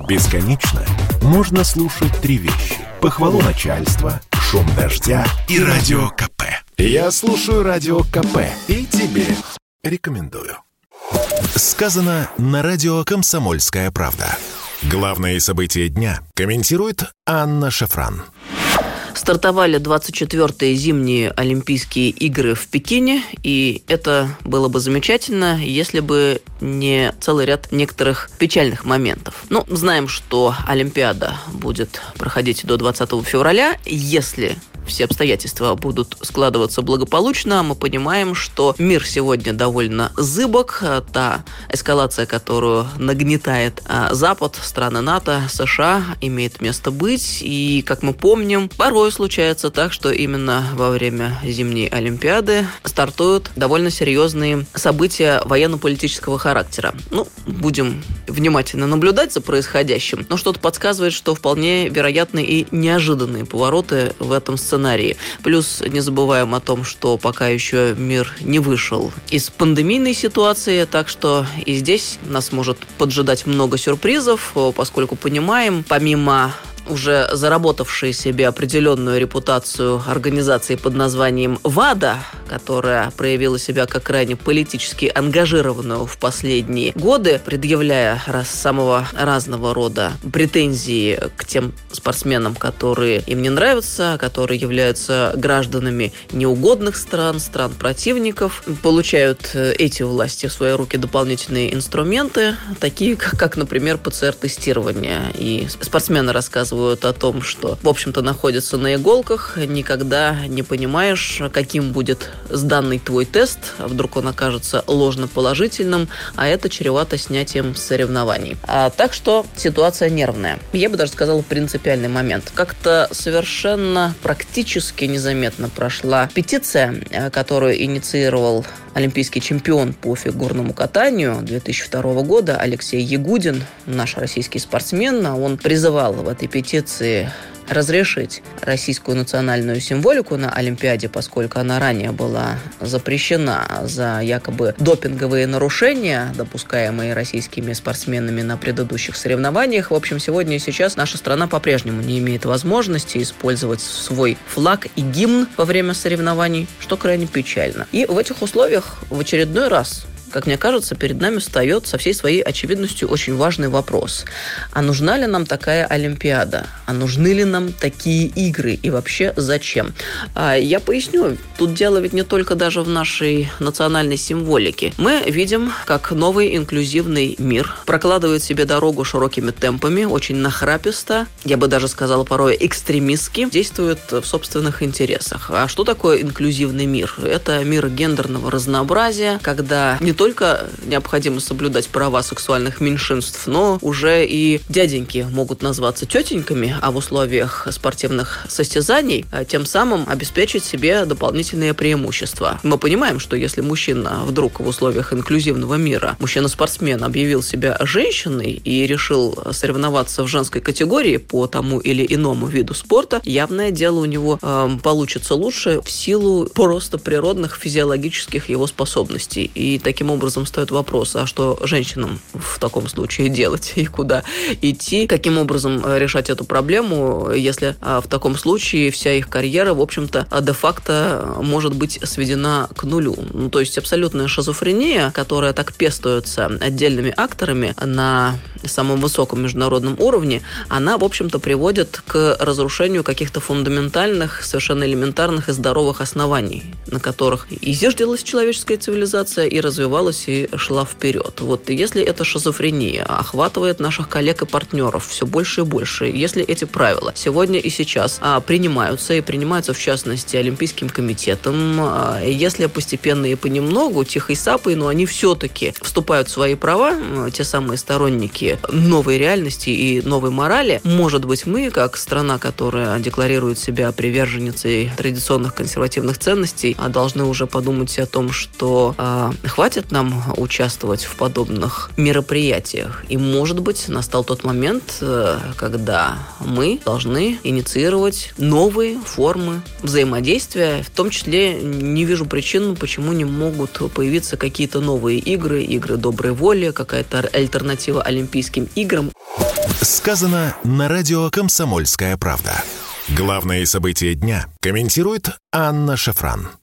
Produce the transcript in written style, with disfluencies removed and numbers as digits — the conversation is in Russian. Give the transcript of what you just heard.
Бесконечно можно слушать три вещи: похвалу начальства, шум дождя и радио КП. Я слушаю радио КП и тебе рекомендую. Сказано на радио «Комсомольская правда». Главные события дня комментирует Анна Шафран. Стартовали 24-е зимние Олимпийские игры в Пекине, и это было бы замечательно, если бы не целый ряд некоторых печальных моментов. Знаем, что Олимпиада будет проходить до 20 февраля, если все обстоятельства будут складываться благополучно. Мы понимаем, что мир сегодня довольно зыбок. Та эскалация, которую нагнетает Запад, страны НАТО, США, имеет место быть. И, как мы помним, порой случается так, что именно во время зимней Олимпиады стартуют довольно серьезные события военно-политического характера. Будем внимательно наблюдать за происходящим, но что-то подсказывает, что вполне вероятны и неожиданные повороты в этом сценарии. Плюс не забываем о том, что пока еще мир не вышел из пандемийной ситуации, так что и здесь нас может поджидать много сюрпризов, поскольку понимаем, помимо уже заработавшей себе определенную репутацию организации под названием ВАДА, которая проявила себя как крайне политически ангажированную в последние годы, предъявляя самого разного рода претензии к тем спортсменам, которые им не нравятся, которые являются гражданами неугодных стран, стран-противников, получают эти власти в свои руки дополнительные инструменты, такие как, например, ПЦР-тестирование. И спортсмены рассказывают о том, что, в общем-то, находятся на иголках, никогда не понимаешь, каким будет сданный твой тест, вдруг он окажется ложноположительным, а это чревато снятием соревнований. Так что ситуация нервная. Я бы даже сказала, принципиальный момент. Как-то совершенно практически незаметно прошла петиция, которую инициировал олимпийский чемпион по фигурному катанию 2002 года Алексей Ягудин, наш российский спортсмен. Он призывал в этой петиции разрешить российскую национальную символику на Олимпиаде, поскольку она ранее была запрещена за якобы допинговые нарушения, допускаемые российскими спортсменами на предыдущих соревнованиях. В общем, сегодня и сейчас наша страна по-прежнему не имеет возможности использовать свой флаг и гимн во время соревнований, что крайне печально. И в этих условиях в очередной раз, как мне кажется, перед нами встает со всей своей очевидностью очень важный вопрос. А нужна ли нам такая Олимпиада? А нужны ли нам такие игры? И вообще зачем? Я поясню. Тут дело ведь не только даже в нашей национальной символике. Мы видим, как новый инклюзивный мир прокладывает себе дорогу широкими темпами, очень нахраписто, я бы даже сказала порой экстремистски, действует в собственных интересах. А что такое инклюзивный мир? Это мир гендерного разнообразия, когда не только необходимо соблюдать права сексуальных меньшинств, но уже и дяденьки могут назваться тетеньками, а в условиях спортивных состязаний тем самым обеспечить себе дополнительные преимущества. Мы понимаем, что если мужчина вдруг в условиях инклюзивного мира, мужчина-спортсмен объявил себя женщиной и решил соревноваться в женской категории по тому или иному виду спорта, явное дело у него получится лучше в силу просто природных физиологических его способностей. И таким образом стоит вопрос, а что женщинам в таком случае делать и куда идти, каким образом решать эту проблему, если в таком случае вся их карьера, в общем-то, де-факто может быть сведена к нулю. То есть абсолютная шизофрения, которая так пестуется отдельными акторами на самом высоком международном уровне, она, в общем-то, приводит к разрушению каких-то фундаментальных, совершенно элементарных и здоровых оснований, на которых и зиждилась человеческая цивилизация, и развивалась, и шла вперед. И если эта шизофрения охватывает наших коллег и партнеров все больше и больше, если эти правила сегодня и сейчас принимаются, и принимаются, в частности, Олимпийским комитетом, если постепенно и понемногу, тихой сапой, но они все-таки вступают в свои права, те самые сторонники новой реальности и новой морали, может быть, мы, как страна, которая декларирует себя приверженницей традиционных консервативных ценностей, должны уже подумать о том, что хватит нам участвовать в подобных мероприятиях. И, может быть, настал тот момент, когда мы должны инициировать новые формы взаимодействия. В том числе не вижу причин, почему не могут появиться какие-то новые игры доброй воли, какая-то альтернатива олимпийским Олимпийским играм. Сказано на радио «Комсомольская правда». Главные события дня комментирует Анна Шафран.